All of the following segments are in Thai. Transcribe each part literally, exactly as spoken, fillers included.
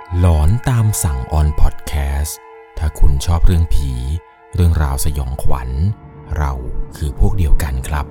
หลอนตามสั่งออนพอดแคสต์ถ้าคุณชอบเรื่องผีเรื่องราวสยองขวัญเราคือพวกเดียวกันครับ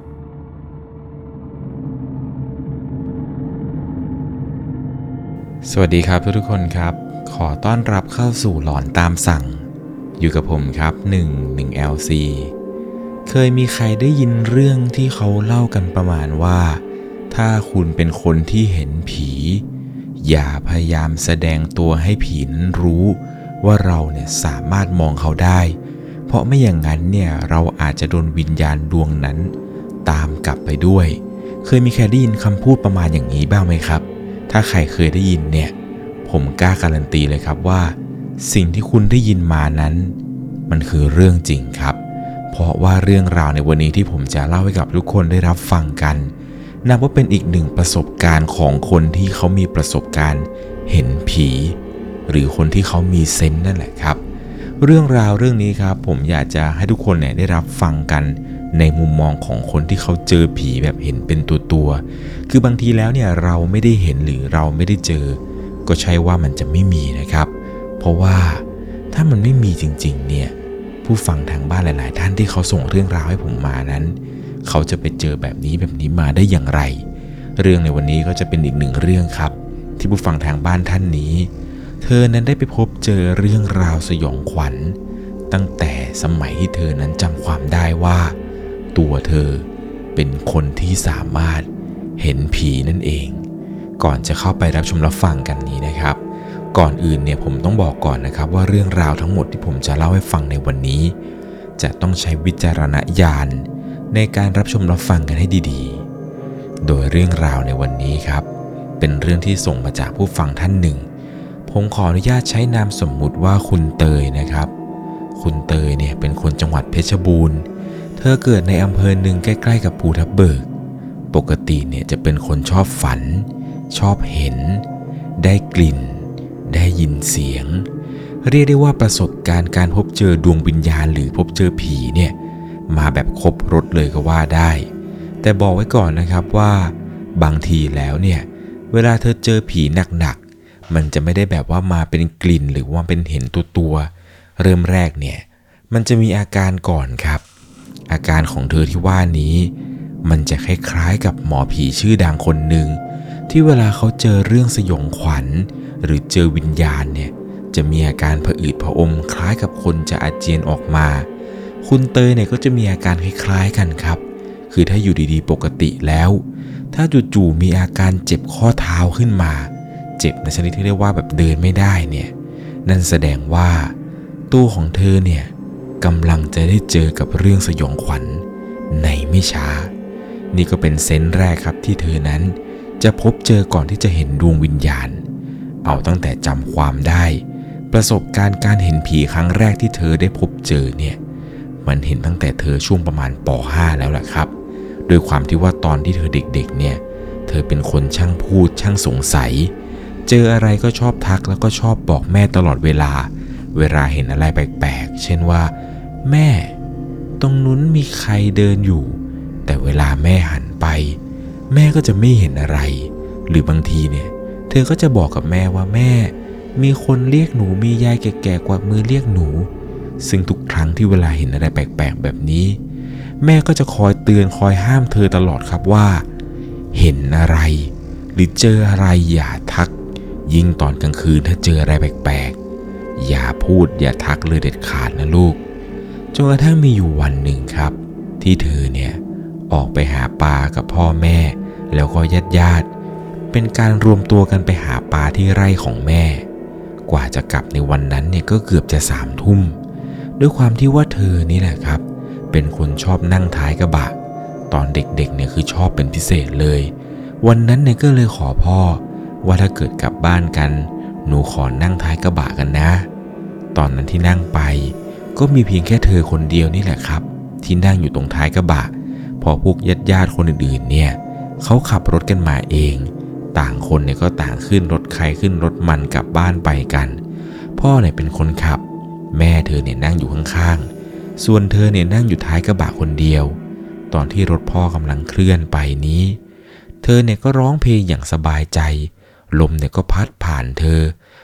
สวัสดีครับทุกคนครับขอต้อนรับเข้าสู่หลอนตามสั่งอยู่กับผมครับหนึ่ง หนึ่ง แอล ซี เคยมีใครได้ยินเรื่องที่เขาเล่ากันประมาณว่าถ้าคุณเป็นคนที่เห็นผีอย่าพยายามแสดงตัวให้ผีนั้นรู้ว่าเราเนี่ยสามารถมองเขาได้เพราะไม่อย่างนั้นเนี่ยเราอาจจะโดนวิญญาณดวงนั้นตามกลับไปด้วยเคยมีใครได้ยินคำพูดประมาณอย่างนี้บ้างไหมครับถ้าใครเคยได้ยินเนี่ยผมกล้าการันตีเลยครับว่าสิ่งที่คุณได้ยินมานั้นมันคือเรื่องจริงครับเพราะว่าเรื่องราวในวันนี้ที่ผมจะเล่าให้กับทุกคนได้รับฟังกันนับว่าเป็นอีกหนึ่งประสบการณ์ของคนที่เขามีประสบการณ์เห็นผีหรือคนที่เขามีเซนส์นั่นแหละครับเรื่องราวเรื่องนี้ครับผมอยากจะให้ทุกคนเนี่ยได้รับฟังกันในมุมมองของคนที่เขาเจอผีแบบเห็นเป็นตัวตัวคือบางทีแล้วเนี่ยเราไม่ได้เห็นหรือเราไม่ได้เจอก็ใช่ว่ามันจะไม่มีนะครับเพราะว่าถ้ามันไม่มีจริงๆเนี่ยผู้ฟังทางบ้านหลายๆท่านที่เขาส่งเรื่องราวให้ผมมานั้นเขาจะไปเจอแบบนี้แบบนี้มาได้อย่างไรเรื่องในวันนี้ก็จะเป็นอีกหนึ่งเรื่องครับที่ผู้ฟังทางบ้านท่านนี้เธอนั้นได้ไปพบเจอเรื่องราวสยองขวัญตั้งแต่สมัยที่เธอนั้นจำความได้ว่าตัวเธอเป็นคนที่สามารถเห็นผีนั่นเองก่อนจะเข้าไปรับชมรับฟังกันนี้นะครับก่อนอื่นเนี่ยผมต้องบอกก่อนนะครับว่าเรื่องราวทั้งหมดที่ผมจะเล่าให้ฟังในวันนี้จะต้องใช้วิจารณญาณในการรับชมรับฟังกันให้ดีๆโดยเรื่องราวในวันนี้ครับเป็นเรื่องที่ส่งมาจากผู้ฟังท่านหนึ่งผมขออนุญาตใช้นามสมมุติว่าคุณเตยนะครับคุณเตยเนี่ยเป็นคนจังหวัดเพชรบูรณ์เธอเกิดในอำเภอหนึ่งใกล้ๆกับภูทับเบิกปกติเนี่ยจะเป็นคนชอบฝันชอบเห็นได้กลิ่นได้ยินเสียงเรียกได้ว่าประสบการณ์การพบเจอดวงวิญญาณหรือพบเจอผีเนี่ยมาแบบครบรสเลยก็ว่าได้แต่บอกไว้ก่อนนะครับว่าบางทีแล้วเนี่ยเวลาเธอเจอผีหนักๆมันจะไม่ได้แบบว่ามาเป็นกลิ่นหรือว่าเป็นเห็นตัวตัวเริ่มแรกเนี่ยมันจะมีอาการก่อนครับอาการของเธอที่ว่านี้มันจะคล้ายๆกับหมอผีชื่อดังคนหนึ่งที่เวลาเขาเจอเรื่องสยองขวัญหรือเจอวิญญาณเนี่ยจะมีอาการผะอืดผะอมคล้ายกับคนจะอาเจียนออกมาคุณเตยเนี่ยก็จะมีอาการคล้ายๆกันครับคือถ้าอยู่ดีๆปกติแล้วถ้าจู่ๆมีอาการเจ็บข้อเท้าขึ้นมาเจ็บในชนิดที่เรียกว่าแบบเดินไม่ได้เนี่ยนั่นแสดงว่าตัวของเธอเนี่ยกำลังจะได้เจอกับเรื่องสยองขวัญในไม่ช้านี่ก็เป็นเซนส์แรกครับที่เธอนั้นจะพบเจอก่อนที่จะเห็นดวงวิญญาณเอาตั้งแต่จำความได้ประสบการณ์การเห็นผีครั้งแรกที่เธอได้พบเจอเนี่ยมันเห็นตั้งแต่เธอช่วงประมาณป ห้าแล้วแหละครับโดยความที่ว่าตอนที่เธอเด็กๆเนี่ยเธอเป็นคนช่างพูดช่างสงสัยเจออะไรก็ชอบทักแล้วก็ชอบบอกแม่ตลอดเวลาเวลาเห็นอะไรแปลกๆเช่นว่าแม่ตรงนู้นมีใครเดินอยู่แต่เวลาแม่หันไปแม่ก็จะไม่เห็นอะไรหรือบางทีเนี่ยเธอก็จะบอกกับแม่ว่าแม่มีคนเรียกหนูมียายแก่ๆกว่ามือเรียกหนูซึ่งทุกครั้งที่เวลาเห็นอะไรแปลกๆแบบนี้แม่ก็จะคอยเตือนคอยห้ามเธอตลอดครับว่าเห็นอะไรหรือเจออะไรอย่าทักยิ่งตอนกลางคืนถ้าเจออะไรแปลกๆอย่าพูดอย่าทักเลยเด็ดขาดนะลูกจนกระทั่งมีอยู่วันหนึ่งครับที่เธอเนี่ยออกไปหาปลากับพ่อแม่แล้วก็ญาติๆเป็นการรวมตัวกันไปหาปลาที่ไร่ของแม่กว่าจะกลับในวันนั้นเนี่ยก็เกือบจะสามทุ่มด้วยความที่ว่าเธอนี่แหละครับเป็นคนชอบนั่งท้ายกระบะตอนเด็กๆเนี่ยคือชอบเป็นพิเศษเลยวันนั้นเนี่ยก็เลยขอพ่อว่าถ้าเกิดกลับบ้านกันหนูขอนั่งท้ายกระบะกันนะตอนนั้นที่นั่งไปก็มีเพียงแค่เธอคนเดียวนี่แหละครับที่นั่งอยู่ตรงท้ายกระบะพอพวกญาติๆคนอื่นๆเนี่ยเขาขับรถกันมาเองต่างคนเนี่ยก็ต่างขึ้นรถใครขึ้นรถมันกลับบ้านไปกันพ่อเนี่ยเป็นคนขับแม่เธอเนี่ยนั่งอยู่ข้างๆส่วนเธอเนี่ยนั่งอยู่ท้ายกระบะคนเดียวตอนที่รถพ่อกำลังเคลื่อนไปนี้เธอเนี่ยก็ร้องเพลงอย่างสบายใจลมเนี่ยก็พัดผ่านเธอ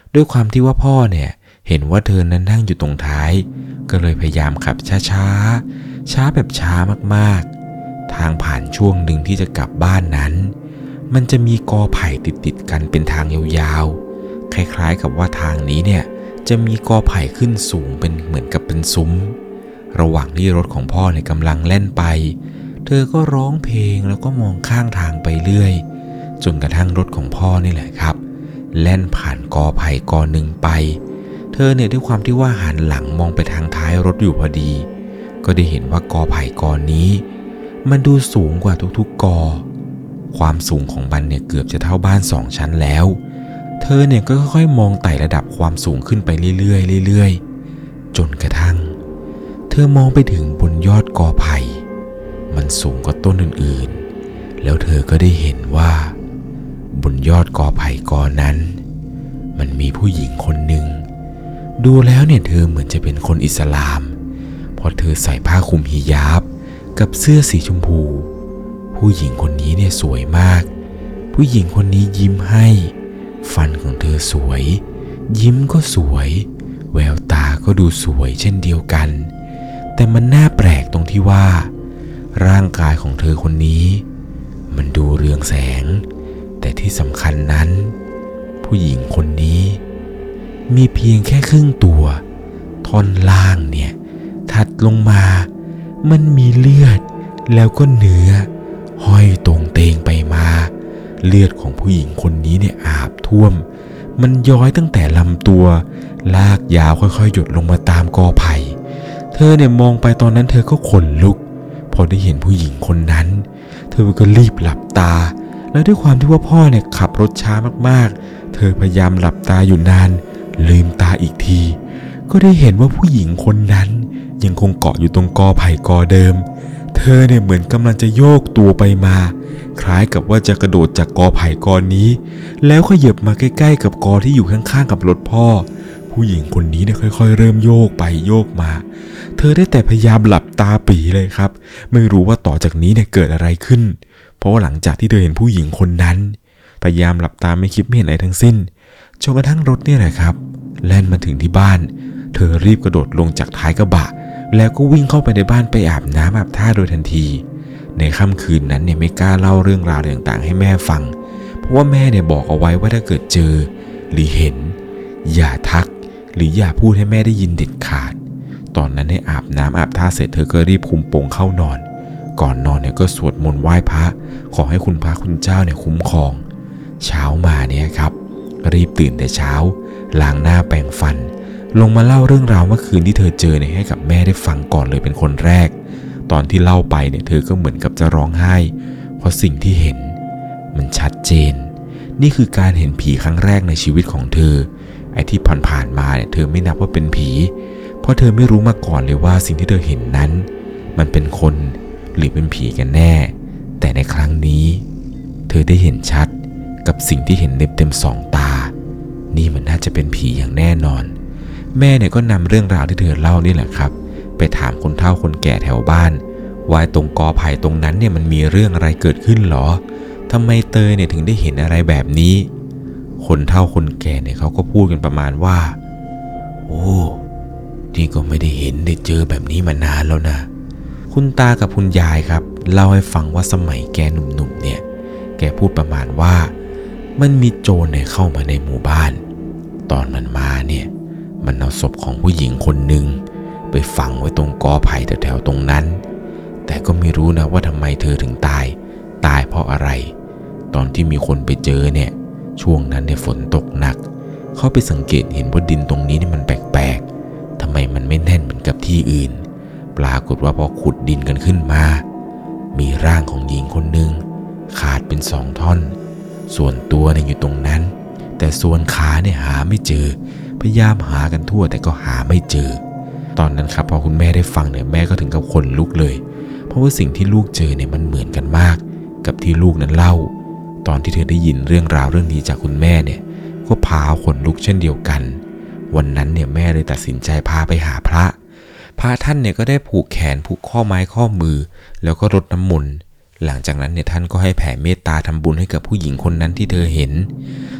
ด้วยความที่ว่าพ่อเนี่ยเห็นว่าเธอนั้นนั่งอยู่ตรงท้ายก็เลยพยายามขับช้าๆช้าแบบช้ามากๆทางผ่านช่วงหนึ่งที่จะกลับบ้านนั้นมันจะมีกอไผ่ติดๆกันเป็นทางยาวๆคล้ายๆกับว่าทางนี้เนี่ยจะมีกอไผ่ขึ้นสูงเป็นเหมือนกับเป็นซุ้มระหว่างที่รถของพ่อเนี่ยกำลังแล่นไปเธอก็ร้องเพลงแล้วก็มองข้างทางไปเรื่อยจนกระทั่งรถของพ่อนี่แหละครับแล่นผ่านกอไผ่กอหนึ่งไปเธอเนี่ยด้วยความที่ว่าหันหลังมองไปทางท้ายรถอยู่พอดีก็ได้เห็นว่ากอไผ่กอนี้มันดูสูงกว่าทุกๆกอความสูงของมันเนี่ยเกือบจะเท่าบ้านสองชั้นแล้วเธอเนี่ยก็ค่อยๆมองไต่ระดับความสูงขึ้นไปเรื่อยๆเรื่อยๆจนกระทั่งเธอมองไปถึงบนยอดกอไผ่มันสูงกว่าต้นอื่นๆแล้วเธอก็ได้เห็นว่าบนยอดกอไผ่กอนั้นมันมีผู้หญิงคนหนึ่งดูแล้วเนี่ยเธอเหมือนจะเป็นคนอิสลามเพราะเธอใส่ผ้าคลุมฮิญาบกับเสื้อสีชมพูผู้หญิงคนนี้เนี่ยสวยมากผู้หญิงคนนี้ยิ้มให้ฟันของเธอสวยยิ้มก็สวยแววตาก็ดูสวยเช่นเดียวกันแต่มันน่าแปลกตรงที่ว่าร่างกายของเธอคนนี้มันดูเรืองแสงแต่ที่สำคัญนั้นผู้หญิงคนนี้มีเพียงแค่ครึ่งตัวท่อนล่างเนี่ยถัดลงมามันมีเลือดแล้วก็เนื้อห้อยตรงเตงไปมาเลือดของผู้หญิงคนนี้เนี่ยอาบท่วมมันย้อยตั้งแต่ลำตัวลากยาวค่อยๆหยดลงมาตามกอไผ่เธอเนี่ยมองไปตอนนั้นเธอก็ขนลุกพอได้เห็นผู้หญิงคนนั้นเธอก็รีบหลับตาแล้วด้วยความที่ว่าพ่อเนี่ยขับรถช้ามากๆเธอพยายามหลับตาอยู่นานลืมตาอีกทีก็ได้เห็นว่าผู้หญิงคนนั้นยังคงเกาะอยู่ตรงกอไผ่กอเดิมเธอเนี่ยเหมือนกำลังจะโยกตัวไปมาคล้ายกับว่าจะกระโดดจากกอไผ่กอนี้แล้วก็เหยียบมาใกล้ๆกับกอที่อยู่ข้างๆกับรถพ่อผู้หญิงคนนี้เนี่ยค่อยๆเริ่มโยกไปโยกมาเธอได้แต่พยายามหลับตาปี่เลยครับไม่รู้ว่าต่อจากนี้เนี่ยเกิดอะไรขึ้นเพราะว่าหลังจากที่เธอเห็นผู้หญิงคนนั้นพยายามหลับตาไม่คิดไม่เห็นอะไรทั้งสิ้นจนกระทั่งรถเนี่ยแหละครับแล่นมาถึงที่บ้านเธอรีบกระโดดลงจากท้ายกระบะแล้วก็วิ่งเข้าไปในบ้านไปอาบน้ำอาบท่าโดยทันทีในค่ำคืนนั้นเนี่ยไม่กล้าเล่าเรื่องราวต่างๆให้แม่ฟังเพราะว่าแม่เนี่ยบอกเอาไว้ว่าถ้าเกิดเจอหรือเห็นอย่าทักหรืออย่าพูดให้แม่ได้ยินเด็ดขาดตอนนั้นให้อาบน้ำอาบท่าเสร็จเธอก็รีบคุมโปงเข้านอนก่อนนอนเนี่ยก็สวดมนต์ไหว้พระขอให้คุณพระคุณเจ้าเนี่ยคุ้มครองเช้ามาเนี่ยครับรีบตื่นแต่เช้าล้างหน้าแปรงฟันลงมาเล่าเรื่องราวเมื่อคืนที่เธอเจอเนี่ยให้กับแม่ได้ฟังก่อนเลยเป็นคนแรกตอนที่เล่าไปเนี่ยเธอก็เหมือนกับจะร้องไห้เพราะสิ่งที่เห็นมันชัดเจนนี่คือการเห็นผีครั้งแรกในชีวิตของเธอไอ้ที่ผ่านๆมาเนี่ยเธอไม่นับว่าเป็นผีเพราะเธอไม่รู้มาก่อนเลยว่าสิ่งที่เธอเห็นนั้นมันเป็นคนหรือเป็นผีกันแน่แต่ในครั้งนี้เธอได้เห็นชัดกับสิ่งที่เห็นเต็มๆสองตานี่มันน่าจะเป็นผีอย่างแน่นอนแม่เนี่ยก็นำเรื่องราวที่เธอเล่านี่แหละครับไปถามคนเฒ่าคนแก่แถวบ้านว่าตรงกอไผ่ตรงนั้นเนี่ยมันมีเรื่องอะไรเกิดขึ้นหรอทำไมเตยเนี่ยถึงได้เห็นอะไรแบบนี้คนเฒ่าคนแก่เนี่ยเขาก็พูดกันประมาณว่าโอ้ที่ก็ไม่ได้เห็นได้เจอแบบนี้มานานแล้วนะคุณตากับคุณยายครับเล่าให้ฟังว่าสมัยแกหนุ่มๆเนี่ยแกพูดประมาณว่ามันมีโจรเนี่ยเข้ามาในหมู่บ้านตอนมันมาเนี่ยมันเอาศพของผู้หญิงคนหนึ่งไปฝังไว้ตรงกอไผ่แถวๆตรงนั้นแต่ก็ไม่รู้นะว่าทำไมเธอถึงตายตายเพราะอะไรตอนที่มีคนไปเจอเนี่ยช่วงนั้นเนี่ยฝนตกหนักเขาไปสังเกตเห็นว่าดินตรงนี้นี่มันแปลกๆทำไมมันไม่แน่นเหมือนกับที่อื่นปรากฏว่าพอขุดดินกันขึ้นมามีร่างของหญิงคนหนึ่งขาดเป็นสองท่อนส่วนตัวเนี่ยอยู่ตรงนั้นแต่ส่วนขาเนี่ยหาไม่เจอพยายามหากันทั่วแต่ก็หาไม่เจอตอนนั้นครับพอคุณแม่ได้ฟังเนี่ยแม่ก็ถึงกับขนลุกเลยเพราะว่าสิ่งที่ลูกเจอเนี่ยมันเหมือนกันมากกับที่ลูกนั้นเล่าตอนที่เธอได้ยินเรื่องราวเรื่องนี้จากคุณแม่เนี่ยก็พาขนลุกเช่นเดียวกันวันนั้นเนี่ยแม่เลยตัดสินใจพาไปหาพระพระท่านเนี่ยก็ได้ผูกแขนผูกข้อไม้ข้อมือแล้วก็รดน้ำมนต์หลังจากนั้นเนี่ยท่านก็ให้แผ่เมตตาทำบุญให้กับผู้หญิงคนนั้นที่เธอเห็น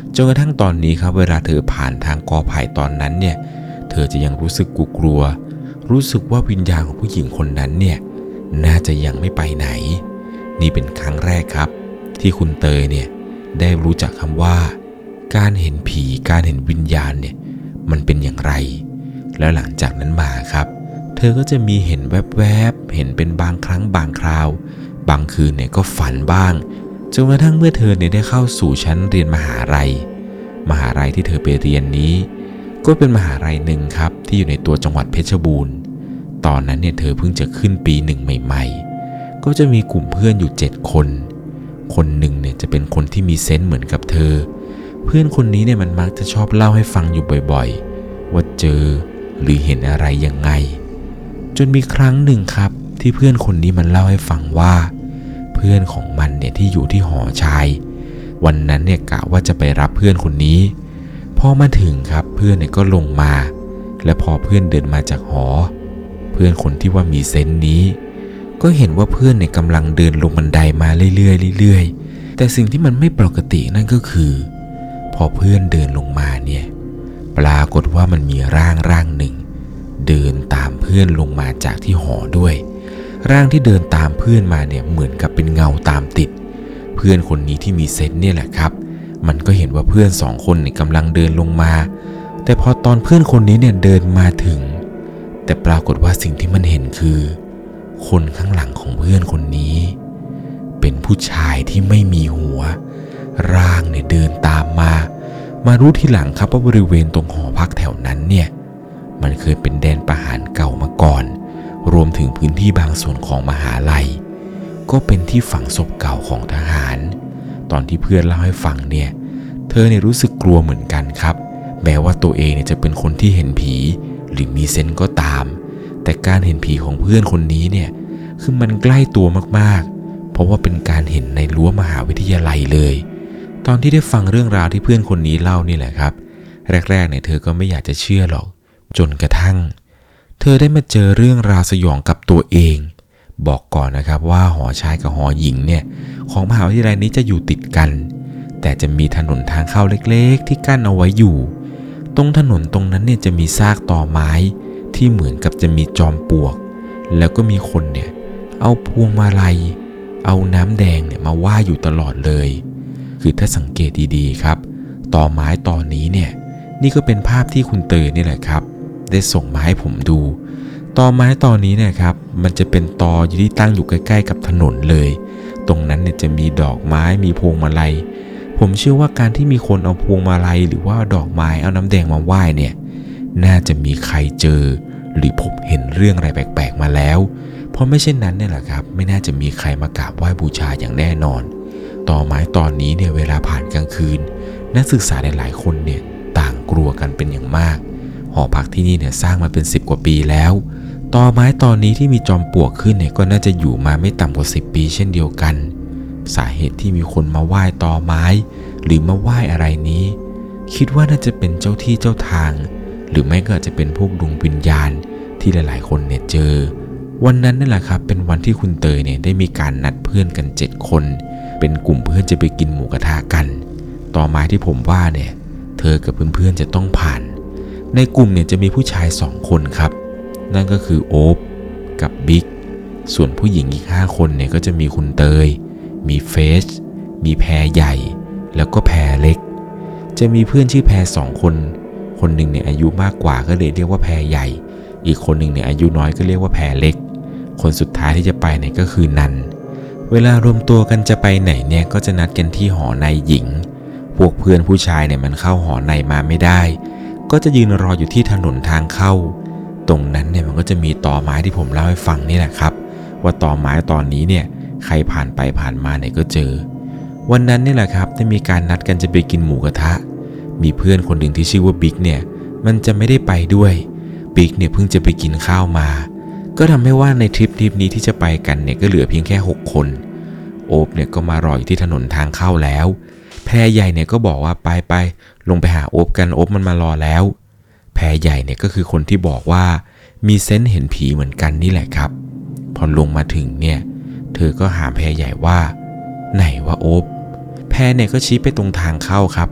จนกระทั่งตอนนี้ครับเวลาเธอผ่านทางกอไผ่ตอนนั้นเนี่ยเธอจะยังรู้สึกกลัวๆรู้สึกว่าวิญญาณของผู้หญิงคนนั้นเนี่ยน่าจะยังไม่ไปไหนนี่เป็นครั้งแรกครับที่คุณเตยเนี่ยได้รู้จักคำว่าการเห็นผีการเห็นวิญญาณเนี่ยมันเป็นอย่างไรแล้วหลังจากนั้นมาครับเธอก็จะมีเห็นแวบๆเห็นเป็นบางครั้งบางคราวบางคืนเนี่ยก็ฝันบ้างจนกระทั่งเมื่อเธอเนี่ยได้เข้าสู่ชั้นเรียนมหาลัยมหาลัยที่เธอไปเรียนนี้ก็เป็นมหาลัยหนึ่งครับที่อยู่ในตัวจังหวัดเพชรบูรณ์ตอนนั้นเนี่ยเธอเพิ่งจะขึ้นปีหนึ่งใหม่ๆก็จะมีกลุ่มเพื่อนอยู่เจ็ดคนคนหนึ่งเนี่ยจะเป็นคนที่มีเซนส์เหมือนกับเธอเพื่อนคนนี้เนี่ยมันมักจะชอบเล่าให้ฟังอยู่บ่อยๆว่าเจอหรือเห็นอะไรยังไงจนมีครั้งหนึ่งครับที่เพื่อนคนนี้มันเล่าให้ฟังว่าเพื่อนของมันเนี่ยที่อยู่ที่หอชายวันนั้นเนี่ยกะว่าจะไปรับเพื่อนคนนี้พอมาถึงครับเพื่อนเนี่ยก็ลงมาและพอเพื่อนเดินมาจากหอเพื่อนคนที่ว่ามีเซนส์นี้ก็เห็นว่าเพื่อนเนี่ยกำลังเดินลงบันไดมาเรื่อยๆเรื่อยๆแต่สิ่งที่มันไม่ปกตินั่นก็คือพอเพื่อนเดินลงมาเนี่ยปรากฏว่ามันมีร่างร่างหนึ่งเดินตามเพื่อนลงมาจากที่หอด้วยร่างที่เดินตามเพื่อนมาเนี่ยเหมือนกับเป็นเงาตามติดเพื่อนคนนี้ที่มีเซนส์เนี่ยแหละครับมันก็เห็นว่าเพื่อนสองคนเนี่ยกำลังเดินลงมาแต่พอตอนเพื่อนคนนี้เนี่ยเดินมาถึงแต่ปรากฏว่าสิ่งที่มันเห็นคือคนข้างหลังของเพื่อนคนนี้เป็นผู้ชายที่ไม่มีหัวร่างเนี่ยเดินตามมามารู้ทีหลังครับว่าบริเวณตรงหอพักแถวนั้นเนี่ยมันเคยเป็นแดนประหารเก่ามาก่อนรวมถึงพื้นที่บางส่วนของมหาลัยก็เป็นที่ฝังศพเก่าของทหารตอนที่เพื่อนเล่าให้ฟังเนี่ยเธอเนี่ยรู้สึกกลัวเหมือนกันครับแม้ว่าตัวเองเนี่ยจะเป็นคนที่เห็นผีหรือมีเซนส์ก็ตามแต่การเห็นผีของเพื่อนคนนี้เนี่ยคือมันใกล้ตัวมากๆเพราะว่าเป็นการเห็นในรั้วมหาวิทยาลัยเลยตอนที่ได้ฟังเรื่องราวที่เพื่อนคนนี้เล่านี่แหละครับแรกๆเนี่ยเธอก็ไม่อยากจะเชื่อหรอกจนกระทั่งเธอได้มาเจอเรื่องราวสยองกับตัวเองบอกก่อนนะครับว่าหอชายกับหอหญิงเนี่ยของมหาวิทยาลัยนี้จะอยู่ติดกันแต่จะมีถนนทางเข้าเล็กๆที่กั้นเอาไว้อยู่ตรงถนนตรงนั้นเนี่ยจะมีซากตอไม้ที่เหมือนกับจะมีจอมปลวกแล้วก็มีคนเนี่ยเอาพวงมาลัยเอาน้ำแดงเนี่ยมาว่าอยู่ตลอดเลยคือถ้าสังเกตดีๆครับตอไม้ตอนนี้เนี่ยนี่ก็เป็นภาพที่คุณเตยนี่แหละครับได้ส่งมาให้ผมดูตอไม้ตอนนี้เนี่ยครับมันจะเป็นตออยู่ที่ตั้งอยู่ใกล้ๆกับถนนเลยตรงนั้นเนี่ยจะมีดอกไม้มีพวงมาลัยผมเชื่อว่าการที่มีคนเอาพวงมาลัยหรือว่าดอกไม้เอาน้ำแดงมาไหว้เนี่ยน่าจะมีใครเจอหรือพบเห็นเรื่องอะไรแปลกๆมาแล้วเพราะไม่เช่นนั้นเนี่ยแหละครับไม่น่าจะมีใครมากราบไหว้บูชาอย่างแน่นอนตอไม้ตอนนี้เนี่ยเวลาผ่านกลางคืนนักศึกษาหลายๆคนเนี่ยต่างกลัวกันเป็นอย่างมากหอพักที่นี่เนี่ยสร้างมาเป็นสิบกว่าปีแล้วตอไม้ตอนนี้ที่มีจอมปลวกขึ้นเนี่ยก็น่าจะอยู่มาไม่ต่ำกว่าสิบปีเช่นเดียวกันสาเหตุที่มีคนมาไหว้ตอไม้หรือมาไหว้อะไรนี้คิดว่าน่าจะเป็นเจ้าที่เจ้าทางหรือไม่ก็อาจจะเป็นพวกดวงวิญญาณที่หลายๆคนเนี่ยเจอวันนั้นนั่นแหละครับเป็นวันที่คุณเตยเนี่ยได้มีการนัดเพื่อนกันเจ็ดคนเป็นกลุ่มเพื่อนจะไปกินหมูกระทะกันตอไม้ที่ผมว่าเนี่ยเธอกับเพื่อนๆจะต้องผ่านในกลุ่มเนี่ยจะมีผู้ชายสองคนครับนั่นก็คือโอ๊บกับบิ๊กส่วนผู้หญิงอีกห้าคนเนี่ยก็จะมีคุณเตยมีเฟสมีแพรใหญ่แล้วก็แพรเล็กจะมีเพื่อนชื่อแพรสองคนคนหนึ่งเนี่ยอายุมากกว่าก็เลยเรียกว่าแพรใหญ่อีกคนหนึ่งเนี่ยอายุน้อยก็เรียกว่าแพรเล็กคนสุดท้ายที่จะไปเนี่ยก็คือนันเวลารวมตัวกันจะไปไหนเนี่ยก็จะนัดกันที่หอในหญิงพวกเพื่อนผู้ชายเนี่ยมันเข้าหอในมาไม่ได้ก็จะยืนรออยู่ที่ถนนทางเข้าตรงนั้นเนี่ยมันก็จะมีตอไม้ที่ผมเล่าให้ฟังนี่แหละครับว่าตอไม้ตอนนี้เนี่ยใครผ่านไปผ่านมาเนี่ยก็เจอวันนั้นนี่แหละครับได้มีการนัดกันจะไปกินหมูกระทะมีเพื่อนคนหนึ่งที่ชื่อว่าบิ๊กเนี่ยมันจะไม่ได้ไปด้วยบิ๊กเนี่ยเพิ่งจะไปกินข้าวมาก็ทำให้ว่าในทริปทริปนี้ที่จะไปกันเนี่ยก็เหลือเพียงแค่หกคนโอ๊บเนี่ยก็มารออยู่ที่ถนนทางเข้าแล้วแพรใหญ่เนี่ยก็บอกว่าไปไปลงไปหาโอ๊บกันโอ๊บมันมารอแล้วแพรใหญ่เนี่ยก็คือคนที่บอกว่ามีเซนส์เห็นผีเหมือนกันนี่แหละครับพอลงมาถึงเนี่ยเธอก็ถามแพรใหญ่ว่าไหนว่าโอ๊บแพรเนี่ยก็ชี้ไปตรงทางเข้าครับ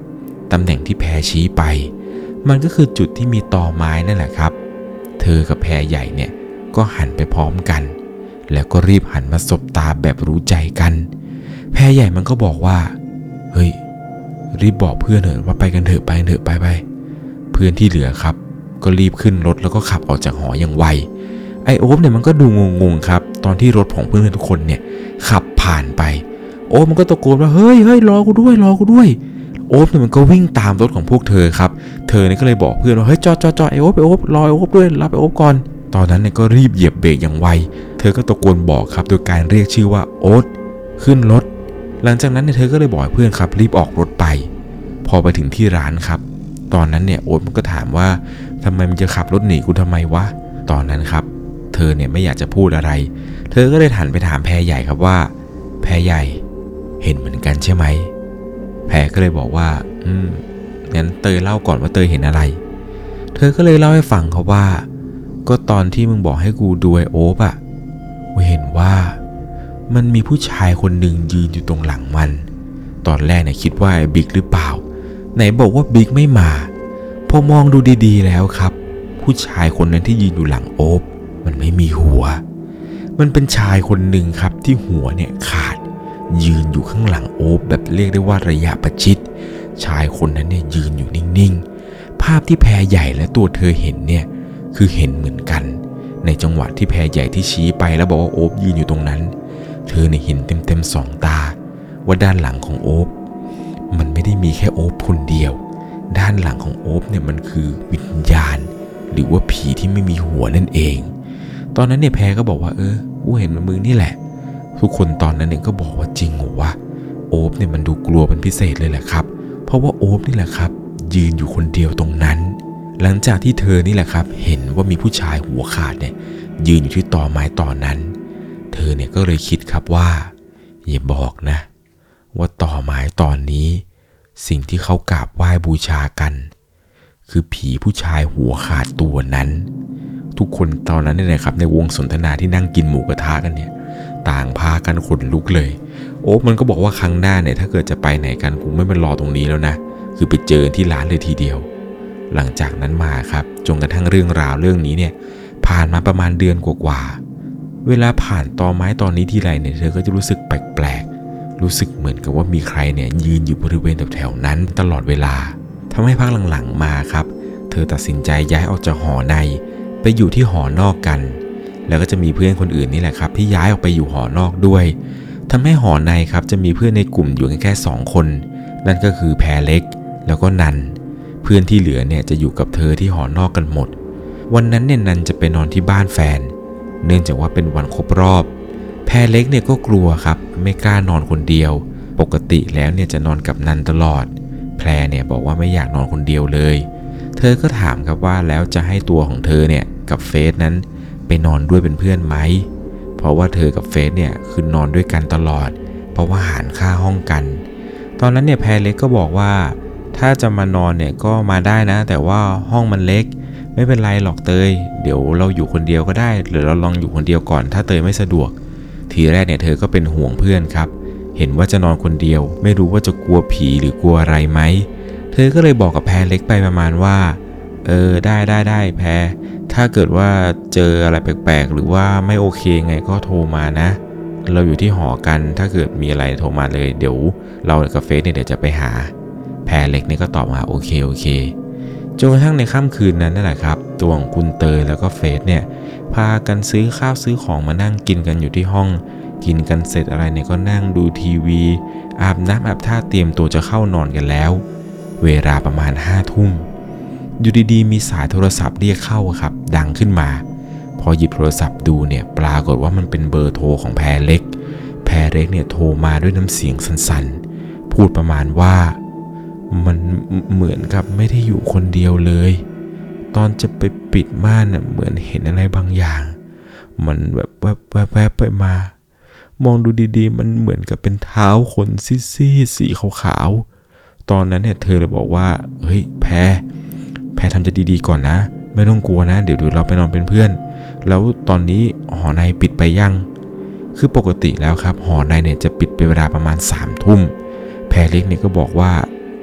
ตำแหน่งที่แพชี้ไปมันก็คือจุดที่มีตอไม้นั่นแหละครับเธอกับแพใหญ่เนี่ยก็หันไปพร้อมกันแล้วก็รีบหันมาสบตาแบบรู้ใจกันแพใหญ่มันก็บอกว่าเฮ้ยรีบบอกเพื่อนเถอะว่าไปกันเถอะไปกันเถอะไปไปเพื่อนที่เหลือครับก็รีบขึ้นรถแล้วก็ขับออกจากหออย่างไวไอโอ๊บเนี่ยมันก็ดูงงๆครับตอนที่รถของเพื่อนๆทุกคนเนี่ยขับผ่านไปโอ๊บมันก็ตะโกนว่าเฮ้ยเฮ้ยรอกูด้วยรอกูด้วยโอ๊บเนี่ยมันก็วิ่งตามรถของพวกเธอครับเธอเนี่ยก็เลยบอกเพื่อนว่าเฮ้ยจอดจอดจอดไอโอ๊บไอโอ๊บรอไอโอ๊บด้วยรับไอโอ๊บก่อนตอนนั้นเนี่ยก็รีบเหยียบเบรกอย่างไวเธอก็ตะโกนบอกครับโดยการเรียกชื่อว่าโอ๊ตขึ้นรถหลังจากนั้นเนี่ยเธอก็เลยบอกเพื่อนครับรีบออกรถไปพอไปถึงที่ร้านครับตอนนั้นเนี่ยโอ๊ตมันก็ถามว่าทำไมมันจะขับรถหนีกูทำไมวะตอนนั้นครับเธอเนี่ยไม่อยากจะพูดอะไรเธอก็เลยหันไปถามแพรใหญ่ครับว่าแพรใหญ่เห็นเหมือนกันใช่ไหมแพรก็เลยบอกว่าอืมงั้นเตยเล่าก่อนว่าเตยเห็นอะไรเธอก็เลยเล่าให้ฟังเขาว่าก็ตอนที่มึงบอกให้กูดูไอโอ๊บอะกูเห็นว่ามันมีผู้ชายคนหนึ่งยืนอยู่ตรงหลังมันตอนแรกเนี่ยคิดว่าไอ้บิ๊กหรือเปล่าไหนบอกว่าบิ๊กไม่มาพอมองดูดีๆแล้วครับผู้ชายคนนั้นที่ยืนอยู่หลังโอ๊บมันไม่มีหัวมันเป็นชายคนหนึ่งครับที่หัวเนี่ยขาดยืนอยู่ข้างหลังโอ๊บแบบเรียกได้ว่าระยะประชิดชายคนนั้นเนี่ยยืนอยู่นิ่งๆภาพที่แพรใหญ่และตัวเธอเห็นเนี่ยคือเห็นเหมือนกันในจังหวะที่แพรใหญ่ที่ชี้ไปแล้วบอกว่าโอ๊บยืนอยู่ตรงนั้นเธอเนี่ยเห็นเต็มๆสองตาว่าด้านหลังของโอ๊บมันไม่ได้มีแค่โอ๊บคนเดียวด้านหลังของโอ๊บเนี่ยมันคือวิญญาณหรือว่าผีที่ไม่มีหัวนั่นเองตอนนั้นเนี่ยแพรก็บอกว่าเออกูเห็นมันมึงนี่แหละทุกคนตอนนั้นเนี่ยก็บอกว่าจริงเหรอวะโอ๊บเนี่ยมันดูกลัวเป็นพิเศษเลยแหละครับเพราะว่าโอ๊บนี่แหละครับยืนอยู่คนเดียวตรงนั้นหลังจากที่เธอนี่แหละครับเห็นว่ามีผู้ชายหัวขาดเนี่ยยืนอยู่ที่ตอไม้ตอนนั้นเธอเนี่ยก็เลยคิดครับว่าอย่าบอกนะว่าตอไม้ตอนนี้สิ่งที่เขากราบไหว้บูชากันคือผีผู้ชายหัวขาดตัวนั้นทุกคนตอนนั้นเนี่ยนะครับในวงสนทนาที่นั่งกินหมูกระทะกันเนี่ยต่างพากันขนลุกเลยโอ๊บมันก็บอกว่าครั้งหน้าเนี่ยถ้าเกิดจะไปไหนกันกูไม่มารอตรงนี้แล้วนะคือไปเจอที่ร้านเลยทีเดียวหลังจากนั้นมาครับจนกระทั่งเรื่องราวเรื่องนี้เนี่ยผ่านมาประมาณเดือนกว่าๆเวลาผ่านตอไม้ตอนนี้ทีไรเนี่ยเธอก็จะรู้สึกแปลกๆรู้สึกเหมือนกับว่ามีใครเนี่ยยืนอยู่บริเวณแถวๆนั้นตลอดเวลาทำให้พักหลังๆมาครับเธอตัดสินใจย้ายออกจากหอในไปอยู่ที่หอนอกกันแล้วก็จะมีเพื่อนคนอื่นนี่แหละครับที่ย้ายออกไปอยู่หอนอกด้วยทำให้หอในครับจะมีเพื่อนในกลุ่มอยู่แค่สองคนนั่นก็คือแพรเล็กแล้วก็นันเพื่อนที่เหลือเนี่ยจะอยู่กับเธอที่หอนอกกันหมดวันนั้นเนี่ยนันจะไปนอนที่บ้านแฟนเนื่องจากว่าเป็นวันครบรอบแพรเล็กเนี่ยก็กลัวครับไม่กล้านอนคนเดียวปกติแล้วเนี่ยจะนอนกับนันตลอดแพรเนี่ยบอกว่าไม่อยากนอนคนเดียวเลยเธอก็ถามครับว่าแล้วจะให้ตัวของเธอเนี่ยกับเฟสนั้นไปนอนด้วยเป็นเพื่อนไหมเพราะว่าเธอกับเฟสเนี่ยคือนอนด้วยกันตลอดเพราะว่าหารค่าห้องกันตอนนั้นเนี่ยแพรเล็กก็บอกว่าถ้าจะมานอนเนี่ยก็มาได้นะแต่ว่าห้องมันเล็กไม่เป็นไรหรอกเตยเดี๋ยวเราอยู่คนเดียวก็ได้หรือเราลองอยู่คนเดียวก่อนถ้าเตยไม่สะดวกทีแรกเนี่ยเธอก็เป็นห่วงเพื่อนครับเห็นว่าจะนอนคนเดียวไม่รู้ว่าจะกลัวผีหรือกลัวอะไรไหมเธอก็เลยบอกกับแพรเล็กไปประมาณว่าเออได้ได้ได้แพรถ้าเกิดว่าเจออะไรแปลกๆหรือว่าไม่โอเคไงก็โทรมานะเราอยู่ที่หอกันถ้าเกิดมีอะไรโทรมาเลยเดี๋ยวเรากับเฟสเนี่ยเดี๋ยวจะไปหาแพรเล็กนี่ก็ตอบมาโอเคโอเคจนกระทั่งในค่ำคืนนั้นนั่นแหละครับตัวของคุณเตยแล้วก็เฟสเนี่ยพากันซื้อข้าวซื้อของมานั่งกินกันอยู่ที่ห้องกินกันเสร็จอะไรเนี่ยก็นั่งดูทีวีอาบน้ำอาบท่าเตรียมตัวจะเข้านอนกันแล้วเวลาประมาณห้าทุ่มอยู่ดีๆมีสายโทรศัพท์เรียกเข้าครับดังขึ้นมาพอหยิบโทรศัพท์ดูเนี่ยปรากฏว่ามันเป็นเบอร์โทรของแพรเล็กแพรเล็กเนี่ยโทรมาด้วยน้ำเสียงสั่นๆพูดประมาณว่ามันเหมือนกับไม่ได้อยู่คนเดียวเลยตอนจะไปปิดม่านน่ะเหมือนเห็นอะไรบางอย่างมันแบบแวบแวบแวบไปมามองดูดีๆมันเหมือนกับเป็นเท้าขนซีดๆสีขาวๆตอนนั้นเนี่ยเธอเลยบอกว่าเฮ้ยแพรแพรทำใจดีๆก่อนนะไม่ต้องกลัวนะเดี๋ยวดูเราไปนอนเป็นเพื่อนแล้วตอนนี้หอในปิดไปยังคือปกติแล้วครับหอในเนี่ยจะปิดเป็นเวลาประมาณสามทุ่มแพรเล็กเนี่ยก็บอกว่า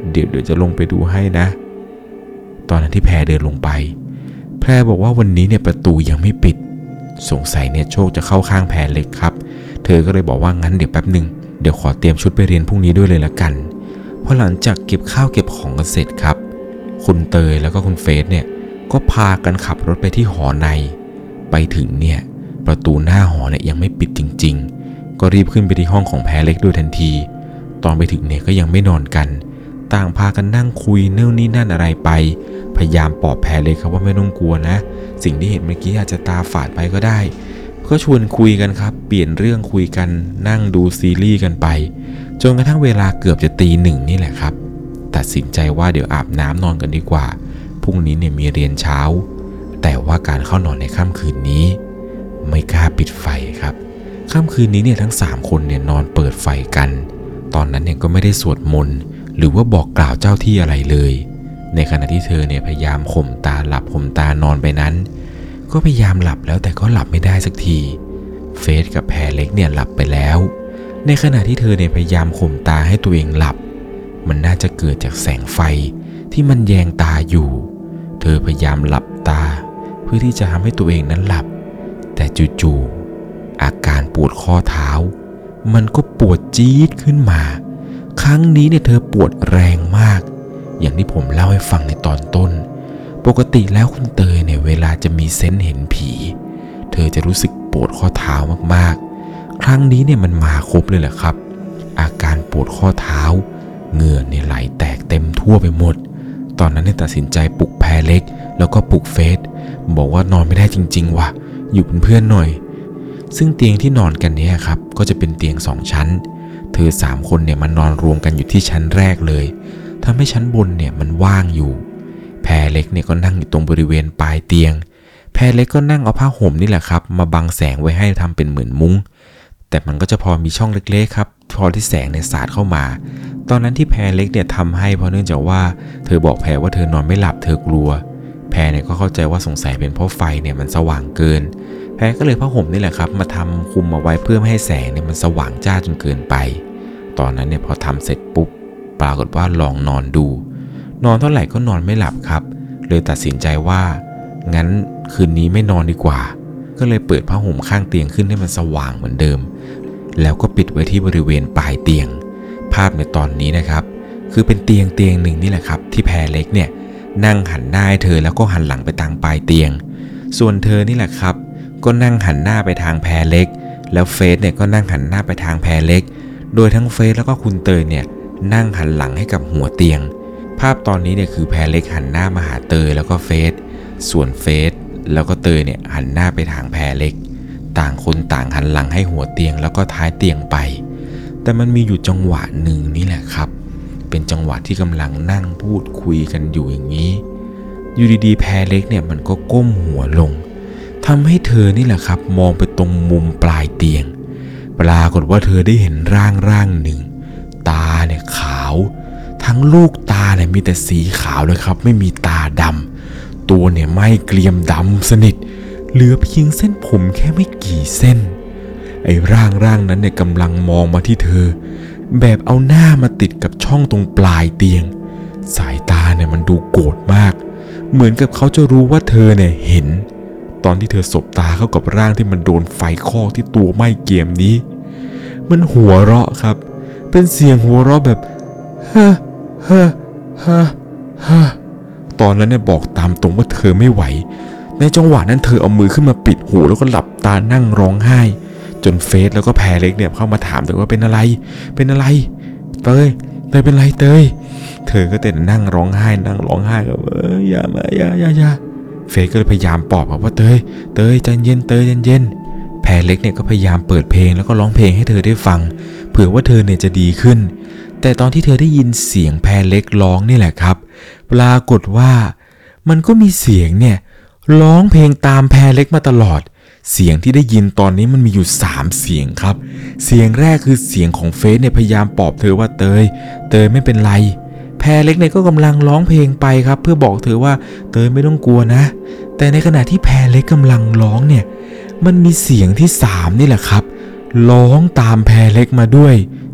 เดี๋ยวเดี๋ยวจะลงไปดูให้นะตอนนั้นที่แพรเดินลงไปแพรบอกว่าวันนี้เนี่ยประตูยังไม่ปิดสงสัยเนี่ยโชคจะเข้าข้างแพรเล็กครับเธอก็เลยบอกว่างั้นเดี๋ยวแป๊บนึงเดี๋ยวขอเตรียมชุดไปเรียนพรุ่งนี้ด้วยเลยละกันพอหลังจากเก็บข้าวเก็บของกันเสร็จครับคุณเตยแล้วก็คุณเฟสเนี่ยก็พากันขับรถไปที่หอในไปถึงเนี่ยประตูหน้าหอเนี่ยยังไม่ปิดจริงๆก็รีบขึ้นไปที่ห้องของแพรเล็กโดยทันทีตอนไปถึงเนี่ยก็ยังไม่นอนกันต่างพากันนั่งคุยเนื่องนี่นั่นอะไรไปพยายามปลอบแพรเล็กครับว่าไม่ต้องกลัวนะสิ่งที่เห็นเมื่อกี้อาจจะตาฝาดไปก็ได้ก็ชวนคุยกันครับเปลี่ยนเรื่องคุยกันนั่งดูซีรีส์กันไปจนกระทั่งเวลาเกือบจะตีหนึ่งนี่แหละครับตัดสินใจว่าเดี๋ยวอาบน้ำนอนกันดีกว่าพรุ่งนี้เนี่ยมีเรียนเช้าแต่ว่าการเข้านอนในค่ำคืนนี้ไม่กล้าปิดไฟครับค่ำคืนนี้เนี่ยทั้งสามคนเนี่ยนอนเปิดไฟกันตอนนั้นเนี่ยก็ไม่ได้สวดมนต์หรือว่าบอกกล่าวเจ้าที่อะไรเลยในขณะที่เธอเนี่ยพยายามข่มตาหลับข่มตานอนไปนั้นก็พยายามหลับแล้วแต่ก็หลับไม่ได้สักทีเฟสกับแพรเล็กเนี่ยหลับไปแล้วในขณะที่เธอเนี่ยพยายามข่มตาให้ตัวเองหลับมันน่าจะเกิดจากแสงไฟที่มันแยงตาอยู่เธอพยายามหลับตาเพื่อที่จะทำให้ตัวเองนั้นหลับแต่จู่ๆอาการปวดข้อเท้ามันก็ปวดจี๊ดขึ้นมาครั้งนี้เนี่ยเธอปวดแรงมากอย่างที่ผมเล่าให้ฟังในตอนต้นปกติแล้วคุณเตยเนี่ยเวลาจะมีเซนส์เห็นผีเธอจะรู้สึกปวดข้อเท้ามากๆครั้งนี้เนี่ยมันมาครบเลยแหละครับอาการปวดข้อเท้าเหงื่อเนี่ยไหลแตกเต็มทั่วไปหมดตอนนั้นเนี่ยตัดสินใจปลุกแพรเล็กแล้วก็ปลุกเฟสบอกว่านอนไม่ได้จริงๆว่ะอยู่เป็นเพื่อนหน่อยซึ่งเตียงที่นอนกันเนี่ยครับก็จะเป็นเตียงสองชั้นเธอสามคนเนี่ยมานอนรวมกันอยู่ที่ชั้นแรกเลยทำให้ชั้นบนเนี่ยมันว่างอยู่แพรเล็กเนี่ยก็นั่งอยู่ตรงบริเวณปลายเตียงแพรเล็กก็นั่งเอาผ้าห่มนี่แหละครับมาบังแสงไว้ให้ทำเป็นเหมือนมุ้งแต่มันก็จะพอมีช่องเล็กๆครับพอที่แสงเนี่ยสาดเข้ามาตอนนั้นที่แพรเล็กเนี่ยทำให้เพราะเนื่องจากว่าเธอบอกแพรว่าเธอนอนไม่หลับเธอกลัวแพรเนี่ยก็เข้าใจว่าสงสัยเป็นเพราะไฟเนี่ยมันสว่างเกินแพรก็เลยผ้าห่มนี่แหละครับมาทำคุมเอาไว้เพื่อไม่ให้แสงเนี่ยมันสว่างจ้าจนเกินไปตอนนั้นเนี่ยพอทำเสร็จปุ๊บปรากฏว่าลองนอนดูนอนเท่าไหร่ก็นอนไม่หลับครับเลยตัดสินใจว่างั้นคืนนี้ไม่นอนดีกว่าก็เลยเปิดผ้าห่มข้างเตียงขึ้นให้มันสว่างเหมือนเดิมแล้วก็ปิดไว้ที่บริเวณปลายเตียงภาพในตอนนี้นะครับคือเป็นเตียงเตียงหนึ่งนี่แหละครับที่แพรเล็กเนี่ยนั่งหันหน้าให้เธอแล้วก็หันหลังไปทางปลายเตียงส่วนเธอนี่แหละครับก็นั่งหันหน้าไปทางแพรเล็กแล้วเฟสเนี่ยก็นั่งหันหน้าไปทางแพรเล็กโดยทั้งเฟสแล้วก็คุณเตยเนี่ยนั่งหันหลังให้กับหัวเตียงภาพตอนนี้เนี่ยคือแพรเล็กหันหน้ามาหาเตยแล้วก็เฟสส่วนเฟสแล้วก็เตยเนี่ยหันหน้าไปทางแพรเล็กต่างคนต่างหันหลังให้หัวเตียงแล้วก็ท้ายเตียงไปแต่มันมีอยู่จังหวะหนึ่งนี่แหละครับเป็นจังหวะที่กำลังนั่งพูดคุยกันอยู่อย่างนี้อยู่ดีๆแพรเล็กเนี่ยมันก็ก้มหัวลงทำให้เธอนี่แหละครับมองไปตรงมุมปลายเตียงปรากฏว่าเธอได้เห็นร่างร่างหนึ่งตาเนี่ยขาวทั้งลูกตาเนี่ยมีแต่สีขาวเลยครับไม่มีตาดำตัวเนี่ยไม่เกรียมดำสนิทเหลือเพียงเส้นผมแค่ไม่กี่เส้นไอ้ร่างร่างนั้นเนี่ยกำลังมองมาที่เธอแบบเอาหน้ามาติดกับช่องตรงปลายเตียงสายตาเนี่ยมันดูโกรธมากเหมือนกับเขาจะรู้ว่าเธอเนี่ยเห็นตอนที่เธอสบตาเข้ากับร่างที่มันโดนไฟคลอกที่ตัวไหม้เกรียมนี้มันหัวเราะครับเป็นเสียงหัวเราะแบบฮ่าฮ่าฮ่าฮ่าตอนนั้นเนี่ยบอกตามตรงว่าเธอไม่ไหวในจังหวะนั้นเธอเอามือขึ้นมาปิดหูแล้วก็หลับตานั่งร้องไห้จนเฟสแล้วก็แพรเล็กเนี่ยเข้ามาถามเธอว่าเป็นอะไรเป็นอะไรเตยเตยเป็นไรเตยเธอก็แต่นั่งร้องไห้นั่งร้องไห้ก็เอออย่ามาอย่าอย่าอย่าเฟสก็เลยพยายามปลอบว่าเตยเตยใจเย็นเตยเย็นแพรเล็กเนี่ยก็พยายามเปิดเพลงแล้วก็ร้องเพลงให้เธอได้ฟังเผื่อว่าเธอเนี่ยจะดีขึ้นแต่ตอนที่เธอได้ยินเสียงแพรเล็กร้องนี่แหละครับปรากฏว่ามันก็มีเสียงเนี่ยร้องเพลงตามแพรเล็กมาตลอดเสียงที่ได้ยินตอนนี้มันมีอยู่สามเสียงครับเสียงแรกคือเสียงของเฟสเนี่ยพยายามปลอบเธอว่าเตยเตยไม่เป็นไรแพรเล็กเนี่ยก็กำลังร้องเพลงไปครับเพื่อบอกเธอว่าเตยไม่ต้องกลัวนะแต่ในขณะที่แพรเล็กกำลังร้องเนี่ยมันมีเสียงที่สามนี่แหละครับร้องตามแพรเล็กมาด้วย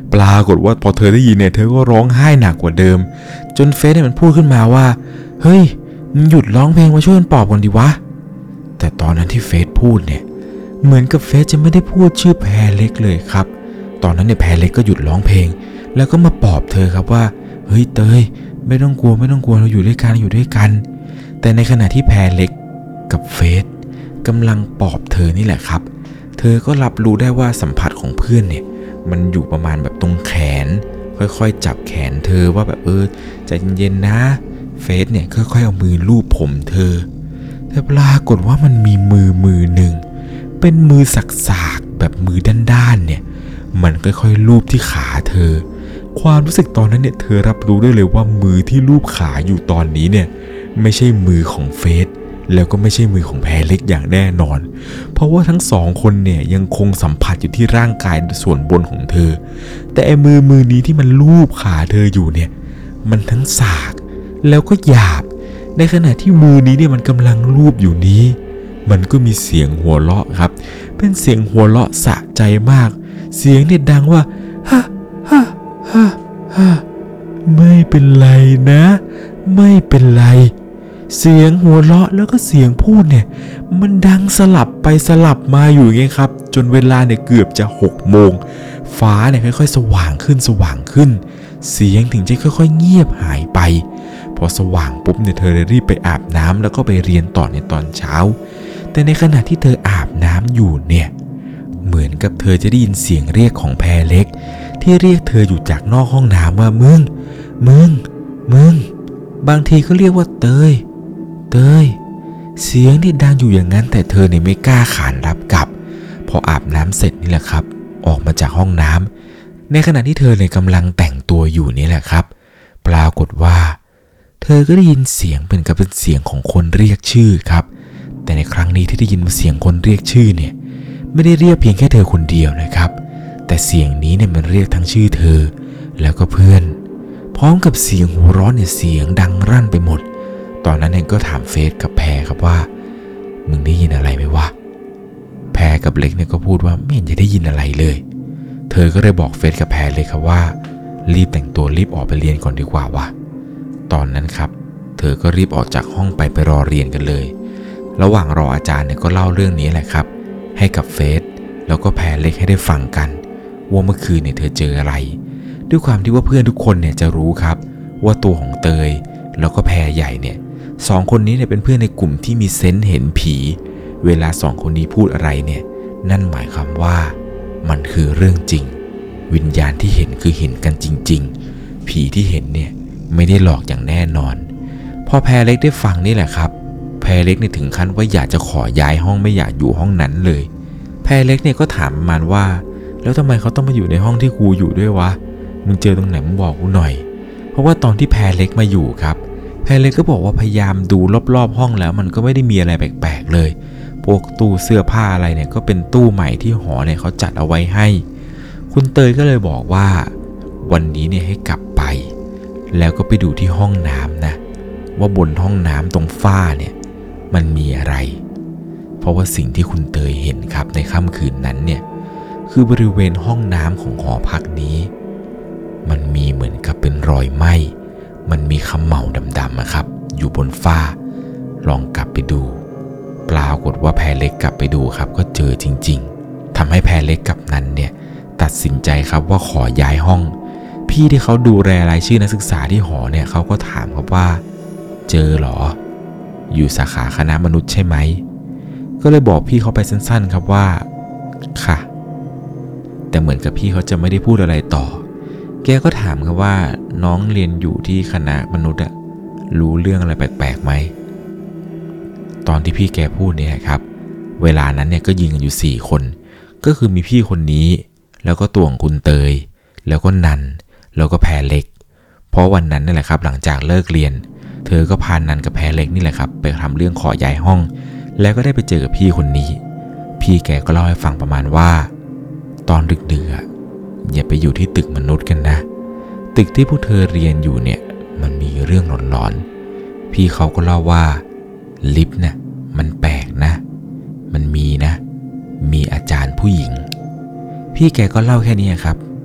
ปรากฏว่าพอเธอได้ยินเนี่ยเธอก็ร้องไห้หนักกว่าเดิมจนเฟสเนี่ยมันพูดขึ้นมาว่าเฮ้ยมึงหยุดร้องเพลงมาช่วยกันปลอบก่อนดิวะแต่ตอนนั้นที่เฟสพูดเนี่ยเหมือนกับเฟสจะไม่ได้พูดชื่อแพรเล็กเลยครับตอนนั้นเนี่ยแพรเล็กก็หยุดร้องเพลงแล้วก็มาปลอบเธอครับว่าเฮ้ยเตยไม่ต้องกลัวไม่ต้องกลัวเราอยู่ด้วยกันอยู่ด้วยกันแต่ในขณะที่แพรเล็กกับเฟสกำลังปลอบเธอนี่แหละครับเธอก็รับรู้ได้ว่าสัมผัสของเพื่อนเนี่ยมันอยู่ประมาณแบบตรงแขนค่อยๆจับแขนเธอว่าแบบเออใจเย็นๆนะเฟสเนี่ยค่อยๆเอามือลูบผมเธอแต่ปรากฏว่ามันมีมือมือหนึ่งเป็นมือสักๆแบบมือด้านๆเนี่ยมันค่อยๆลูบที่ขาเธอความรู้สึกตอนนั้นเนี่ยเธอรับรู้ได้เลยว่ามือที่ลูบขาอยู่ตอนนี้เนี่ยไม่ใช่มือของเฟสแล้วก็ไม่ใช่มือของแพรเล็กอย่างแน่นอนเพราะว่าทั้งสองคนเนี่ยยังคงสัมผัสอยู่ที่ร่างกายส่วนบนของเธอแต่ไอ้มือมือนี้ที่มันลูบขาเธออยู่เนี่ยมันทั้งสากแล้วก็หยาบในขณะที่มือนี้เนี่ยมันกำลังลูบอยู่นี้มันก็มีเสียงหัวเราะครับเป็นเสียงหัวเราะสะใจมากเสียงเนี่ยดังว่าฮ่าฮ่าฮ่าฮ่าไม่เป็นไรนะไม่เป็นไรเสียงหัวเราะแล้วก็เสียงพูดเนี่ยมันดังสลับไปสลับมาอยู่ไงครับจนเวลาเนี่ยเกือบจะหกโมงฟ้าเนี่ยค่อยๆสว่างขึ้นสว่างขึ้นเสียงถึงจะค่อยๆเงียบหายไปพอสว่างปุ๊บเนี่ยเธอเลยรีบไปอาบน้ำแล้วก็ไปเรียนต่อในตอนเช้าแต่ในขณะที่เธออาบน้ำอยู่เนี่ยเหมือนกับเธอจะได้ยินเสียงเรียกของแพรเล็กที่เรียกเธออยู่จากนอกห้องน้ำว่ามึงมึงมึงบางทีก็เรียกว่าเตยเตยเสียงที่ดังอยู่อย่างนั้นแต่เธอเนี่ยไม่กล้าขานรับกลับพออาบน้ำเสร็จนี่แหละครับออกมาจากห้องน้ำในขณะที่เธอเนี่ยกำลังแต่งตัวอยู่นี่แหละครับปรากฏว่าเธอก็ได้ยินเสียงเป็นกับเป็นเสียงของคนเรียกชื่อครับแต่ในครั้งนี้ที่ได้ยินเสียงคนเรียกชื่อเนี่ยไม่ได้เรียกเพียงแค่เธอคนเดียวนะครับแต่เสียงนี้เนี่ยมันเรียกทั้งชื่อเธอแล้วก็เพื่อนพร้อมกับเสียงหัวเราะเนี่ยเสียงดังรั่นไปหมดตอนนั้นเองก็ถามเฟสกับแพรครับว่ามึงได้ยินอะไรไหมวะแพรกับเล็กเนี่ยก็พูดว่าไม่เห็นจะได้ยินอะไรเลยเธอก็เลยบอกเฟสกับแพรเลยครับว่ารีบแต่งตัวรีบออกไปเรียนก่อนดีกว่าวะตอนนั้นครับเธอก็รีบออกจากห้องไปไปรอเรียนกันเลยระหว่างรออาจารย์เนี่ยก็เล่าเรื่องนี้แหละครับให้กับเฟสแล้วก็แพรเล็กให้ได้ฟังกันว่าเมื่อคืนเนี่ยเธอเจออะไรด้วยความที่ว่าเพื่อนทุกคนเนี่ยจะรู้ครับว่าตัวของเตยแล้วก็แพรใหญ่เนี่ยสองคนนี้เนี่ยเป็นเพื่อนในกลุ่มที่มีเซนส์เห็นผีเวลาสองคนนี้พูดอะไรเนี่ยนั่นหมายความว่ามันคือเรื่องจริงวิญญาณที่เห็นคือเห็นกันจริงๆผีที่เห็นเนี่ยไม่ได้หลอกอย่างแน่นอนพอแพรเล็กได้ฟังนี่แหละครับแพรเล็กเนี่ยถึงขั้นว่าอยากจะขอย้ายห้องไม่อยากอยู่ห้องนั้นเลยแพรเล็กเนี่ยก็ถามมันว่าแล้วทำไมเขาต้องมาอยู่ในห้องที่กูอยู่ด้วยวะมึงเจอตรงไหนมึงบอกกูหน่อยเพราะว่าตอนที่แพรเล็กมาอยู่ครับแพรเล็กก็บอกว่าพยายามดูรอบๆห้องแล้วมันก็ไม่ได้มีอะไรแปลกๆเลยพวกตู้เสื้อผ้าอะไรเนี่ยก็เป็นตู้ใหม่ที่หอเนี่ยเขาจัดเอาไว้ให้คุณเตยก็เลยบอกว่าวันนี้เนี่ยให้กลับไปแล้วก็ไปดูที่ห้องน้ำนะว่าบนห้องน้ำตรงฝ้าเนี่ยมันมีอะไรเพราะว่าสิ่งที่คุณเตยเห็นครับในค่ำคืนนั้นเนี่ยคือบริเวณห้องน้ำของหอพักนี้มันมีเหมือนกับเป็นรอยไหม้มันมีเขม่าดำๆนะครับอยู่บนฝ้าลองกลับไปดูปรากฏว่าแพรเล็กกลับไปดูครับก็เจอจริงๆทำให้แพรเล็กกับนันเนี่ยตัดสินใจครับว่าขอย้ายห้องพี่ที่เขาดูแลรายชื่อนักศึกษาที่หอเนี่ยเขาก็ถามครับว่าเจอหรออยู่สาขาคณะมนุษย์ใช่ไหมก็เลยบอกพี่เขาไปสั้นๆครับว่าค่ะแต่เหมือนกับพี่เขาจะไม่ได้พูดอะไรต่อแกก็ถามครับว่าน้องเรียนอยู่ที่คณะมนุษย์อะรู้เรื่องอะไรแปลกๆไหมตอนที่พี่แกพูดเนี่ยครับเวลานั้นเนี่ยก็ยิงกันอยู่สี่คนก็คือมีพี่คนนี้แล้วก็ตัวของคุณเตยแล้วก็นันแล้วก็แพรเล็กเพราะวันนั้นนี่แหละครับหลังจากเลิกเรียนเธอก็พานันกับแพรเล็กนี่แหละครับไปทำเรื่องขอย้ายห้องแล้วก็ได้ไปเจอกับพี่คนนี้พี่แกก็เล่าให้ฟังประมาณว่าตอนดึกๆอย่าไปอยู่ที่ตึกมนุษย์กันนะตึกที่พวกเธอเรียนอยู่เนี่ยมันมีเรื่องหลอนๆพี่เขาก็เล่าว่าลิฟต์เนี่ยมันแปลกนะมันมีนะมีอาจารย์ผู้หญิงพี่แกก็เล่าแค่นี้ครับ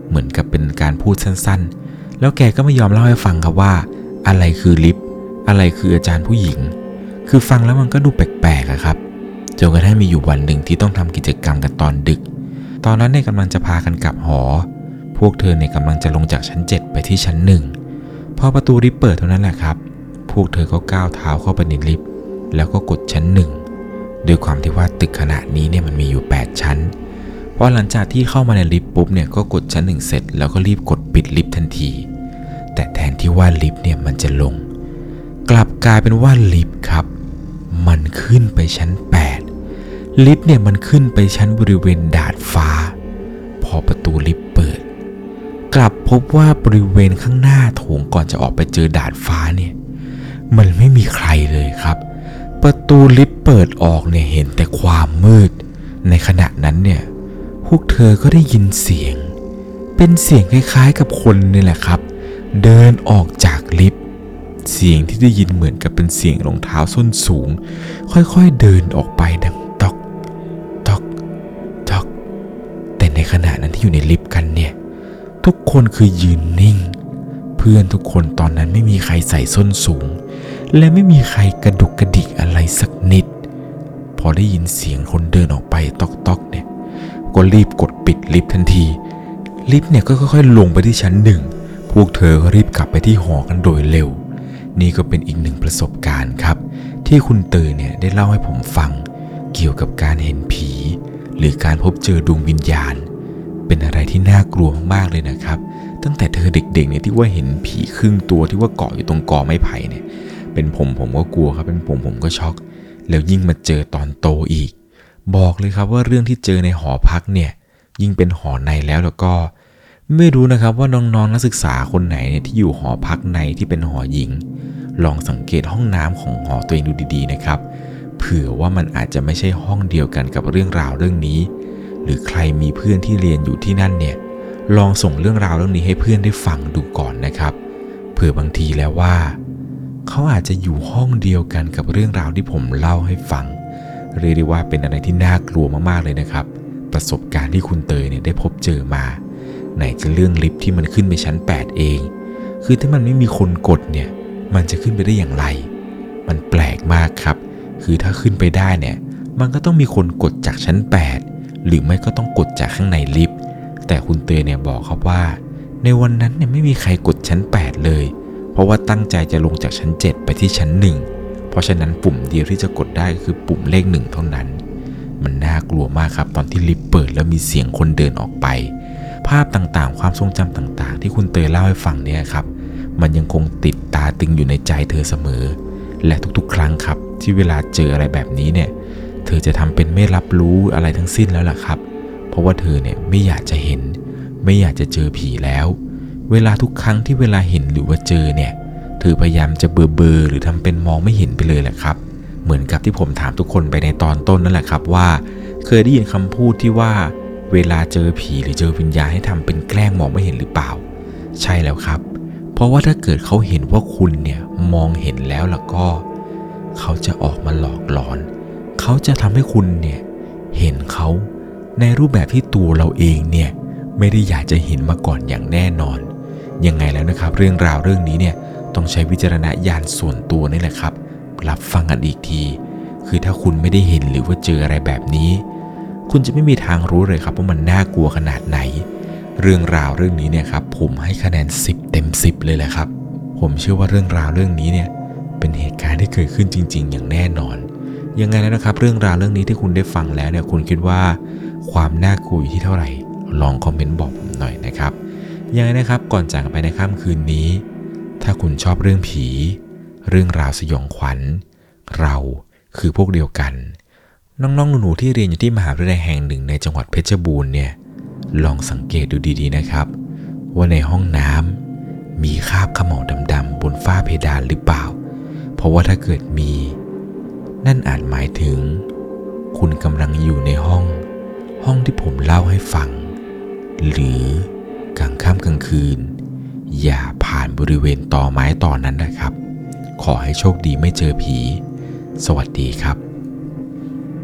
เหมือนกับเป็นการพูดสั้นๆแล้วแกก็ไม่ยอมเล่าให้ฟังครับว่าอะไรคือลิฟต์อะไรคืออาจารย์ผู้หญิงคือฟังแล้วมันก็ดูแปลกๆอะครับจนกระทั่งมีอยู่วันหนึ่งที่ต้องทำกิจกรรมกันตอนดึกตอนนั้นเนี่ยกำลังจะพากันกลับหอพวกเธอเนี่ยกำลังจะลงจากชั้นเจ็ดไปที่ชั้นหนึ่งพอประตูลิฟต์เปิดเท่านั้นแหละครับพวกเธอก็ก้าวเท้าเข้าไปในลิฟต์แล้วก็กดชั้นหนึ่งด้วยความที่ว่าตึกขนาดนี้เนี่ยมันมีอยู่แปดชั้นพอหลังจากที่เข้ามาในลิฟต์ปุ๊บเนี่ยก็กดชั้นหนึ่งเสร็จแล้วก็รีบกดปิดลิฟต์ทันทีแต่แทนที่ว่าลิฟต์เนี่ยมันจะลงกลับกลายเป็นว่าลิฟต์ครับมันขึ้นไปชั้นแปดลิฟต์เนี่ยมันขึ้นไปชั้นบริเวณดาดฟ้าพอประตูลิฟต์เปิดกลับพบว่าบริเวณข้างหน้าโถงก่อนจะออกไปเจอดาดฟ้าเนี่ยมันไม่มีใครเลยครับประตูลิฟต์เปิดออกเนี่ยเห็นแต่ความมืดในขณะนั้นเนี่ยพวกเธอก็ได้ยินเสียงเป็นเสียงคล้ายๆกับคนนี่แหละครับเดินออกจากลิฟต์เสียงที่ได้ยินเหมือนกับเป็นเสียงรองเท้าส้นสูงค่อยๆเดินออกไปดังตอกตอกตอกแต่ในขณะนั้นที่อยู่ในลิฟต์กันเนี่ยทุกคนคือยืนนิ่งเพื่อนทุกคนตอนนั้นไม่มีใครใส่ส้นสูงและไม่มีใครกระดุกกระดิกอะไรสักนิดพอได้ยินเสียงคนเดินออกไปตอกตอกเนี่ยก็รีบกดปิดลิฟต์ทันทีลิฟต์เนี่ยก็ค่อยๆลงไปที่ชั้นหนึ่งพวกเธอก็รีบกลับไปที่หอกันโดยเร็วนี่ก็เป็นอีกหนึ่งประสบการณ์ครับที่คุณเตยเนี่ยได้เล่าให้ผมฟังเกี่ยวกับการเห็นผีหรือการพบเจอดวงวิญญาณเป็นอะไรที่น่ากลัวมากๆเลยนะครับตั้งแต่เธอเด็กๆเนี่ยที่ว่าเห็นผีครึ่งตัวที่ว่าเกาะอยู่ตรงกอไม้ไผ่เนี่ยเป็นผมผมก็กลัวครับเป็นผมผมก็ช็อกแล้วยิ่งมาเจอตอนโตอีกบอกเลยครับว่าเรื่องที่เจอในหอพักเนี่ยยิ่งเป็นหอในแล้วแล้วก็ไม่รู้นะครับว่าน้องๆนักศึกษาคนไหนเนี่ยที่อยู่หอพักในที่เป็นหอหญิงลองสังเกตห้องน้ำของหอตัวเองดูดีๆนะครับเผื่อว่ามันอาจจะไม่ใช่ห้องเดียวกันกับเรื่องราวเรื่องนี้หรือใครมีเพื่อนที่เรียนอยู่ที่นั่นเนี่ยลองส่งเรื่องราวเรื่องนี้ให้เพื่อนได้ฟังดูก่อนนะครับเผื่อบางทีแล้วว่าเขาอาจจะอยู่ห้องเดียวกันกับเรื่องราวที่ผมเล่าให้ฟังเรียกได้ว่าเป็นอะไรที่น่ากลัวมากๆเลยนะครับประสบการณ์ที่คุณเตยเนี่ยได้พบเจอมาไหนจะเรื่องลิฟต์ที่มันขึ้นไปชั้นแปดเองคือถ้ามันไม่มีคนกดเนี่ยมันจะขึ้นไปได้อย่างไรมันแปลกมากครับคือถ้าขึ้นไปได้เนี่ยมันก็ต้องมีคนกดจากชั้นแปดหรือไม่ก็ต้องกดจากข้างในลิฟต์แต่คุณเตยเนี่ยบอกครับว่าในวันนั้นเนี่ยไม่มีใครกดชั้นแปดเลยเพราะว่าตั้งใจจะลงจากชั้นเจ็ดไปที่ชั้นหนึ่งเพราะฉะนั้นปุ่มเดียวที่จะกดได้คือปุ่มเลขหนึ่งเท่านั้นมันน่ากลัวมากครับตอนที่ลิฟต์เปิดแล้วมีเสียงคนเดินออกไปภาพต่างๆความทรงจำต่างๆที่คุณเตยเล่าให้ฟังเนี่ยครับมันยังคงติดตาตึงอยู่ในใจเธอเสมอและทุกๆครั้งครับที่เวลาเจออะไรแบบนี้เนี่ยเธอจะทำเป็นไม่รับรู้อะไรทั้งสิ้นแล้วล่ะครับเพราะว่าเธอเนี่ยไม่อยากจะเห็นไม่อยากจะเจอผีแล้วเวลาทุกครั้งที่เวลาเห็นหรือว่าเจอเนี่ยเธอพยายามจะเบอเบอหรือทำเป็นมองไม่เห็นไปเลยแหละครับเหมือนกับที่ผมถามทุกคนไปในตอนต้นนั่นแหละครับว่าเคยได้ยินคำพูดที่ว่าเวลาเจอผีหรือเจอวิญญาณให้ทำเป็นแกล้งมองไม่เห็นหรือเปล่าใช่แล้วครับเพราะว่าถ้าเกิดเขาเห็นว่าคุณเนี่ยมองเห็นแล้วล่ะก็เขาจะออกมาหลอกหลอนเขาจะทำให้คุณเนี่ยเห็นเขาในรูปแบบที่ตัวเราเองเนี่ยไม่ได้อยากจะเห็นมาก่อนอย่างแน่นอนยังไงแล้วนะครับเรื่องราวเรื่องนี้เนี่ยต้องใช้วิจารณญาณส่วนตัวนี่แหละครับรับฟังกันอีกทีคือถ้าคุณไม่ได้เห็นหรือว่าเจออะไรแบบนี้คุณจะไม่มีทางรู้เลยครับว่ามันน่ากลัวขนาดไหนเรื่องราวเรื่องนี้เนี่ยครับผมให้คะแนนสิบเต็มสิบเลยแหละครับผมเชื่อว่าเรื่องราวเรื่องนี้เนี่ยเป็นเหตุการณ์ที่เกิดขึ้นจริงๆอย่างแน่นอนยังไงแล้วนะครับเรื่องราวเรื่องนี้ที่คุณได้ฟังแล้วเนี่ยคุณคิดว่าความน่ากลัวอยู่ที่เท่าไหร่ลองคอมเมนต์บอกผมหน่อยนะครับยังไงนะครับก่อนจากกันไปในค่ำคืนนี้ถ้าคุณชอบเรื่องผีเรื่องราวสยองขวัญเราคือพวกเดียวกันน้องๆหนูๆที่เรียนอยู่ที่มหาวิทยาลัยแห่งหนึ่งในจังหวัดเพชรบูรณ์เนี่ยลองสังเกตดูดีๆนะครับว่าในห้องน้ำมีคราบเขม่าดำๆบนฝ้าเพดานหรือเปล่าเพราะว่าถ้าเกิดมีนั่นอาจหมายถึงคุณกำลังอยู่ในห้องห้องที่ผมเล่าให้ฟังหรือกลางค่ำกลางคืนอย่าผ่านบริเวณตอไม้ตอนั้นนะครับขอให้โชคดีไม่เจอผีสวัสดีครับ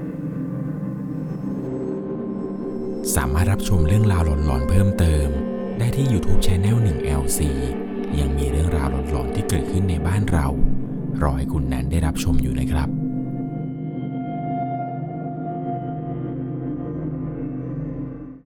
สามารถรับชมเรื่องราวหลอนๆเพิ่มเติมได้ที่ YouTube Channel หนึ่ง แอล ซี ยังมีเรื่องราวหลอนๆที่เกิดขึ้นในบ้านเรารอให้คุณนั้นได้รับชมอยู่นะครับ